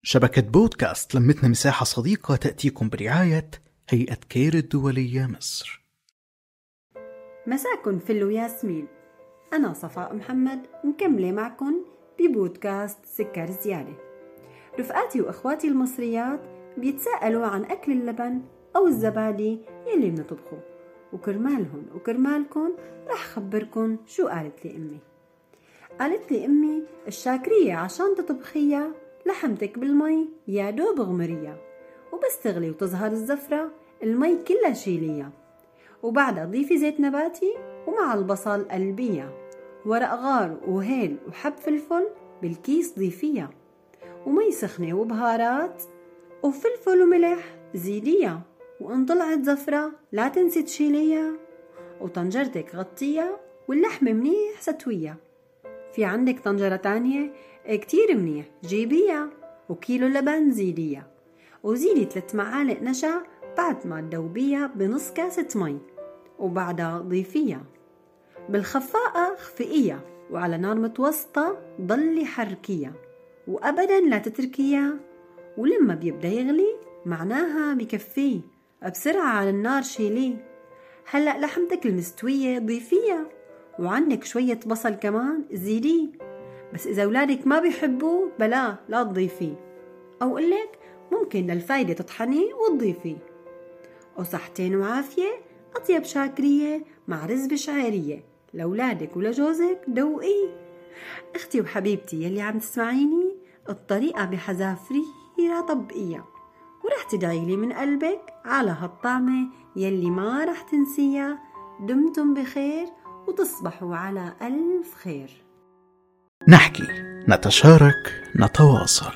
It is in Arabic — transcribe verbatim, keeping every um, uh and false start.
شبكة بودكاست لمتنا مساحة صديقة تأتيكم برعاية هيئة كير الدولية مصر. مساكن فل وياسمين، أنا صفاء محمد مكملة معكم ببودكاست سكر زيادة. رفقاتي وإخواتي المصريات بيتساءلوا عن أكل اللبن أو الزبادي يلي بنطبخه، وكرمالهم وكرمالكم رح خبركن شو قالت لي أمي. قالت لي أمي الشاكرية عشان تطبخيها لحمتك بالمي يا دوب غمريها، وبس تغلي وتظهر الزفرة المي كلها شيليها، وبعدها ضيفي زيت نباتي ومع البصل قلبيها، ورق غار وهيل وحب فلفل بالكيس ضيفيها، ومي سخنة وبهارات وفلفل وملح زيديها، وإن طلعت زفرة لا تنسي تشيليها، وطنجرتك غطيها واللحمة منيح ستويها. في عندك طنجرة تانية كتير منيح جيبيها، وكيلو لبن زيديها، وزيدي ثلاث معالق نشا بعد ما تدوبيها بنص كاسة مي، وبعدها ضيفيها بالخفاقة، خفقيها وعلى نار متوسطة ضلي حركيها وأبدا لا تتركيها، ولما بيبدأ يغلي معناها بكفيه، بسرعة على النار شيليه. هلأ لحمتك المستوية ضيفيها، وعندك شوية بصل كمان زيديه، بس إذا أولادك ما بيحبوه بلا لا تضيفيه، أو قلك ممكن للفايدة تطحنيه وتضيفيه. وصحتين وعافية، أطيب شاكرية مع رزبة شعيرية لأولادك ولجوزك دوقيه. أختي وحبيبتي يلي عم تسمعيني، الطريقة بحذافيرها طبقيها، ورح تدعيلي من قلبك على هالطعمة يلي ما رح تنسيها. دمتم بخير وتصبحوا على ألف خير. نحكي، نتشارك، نتواصل.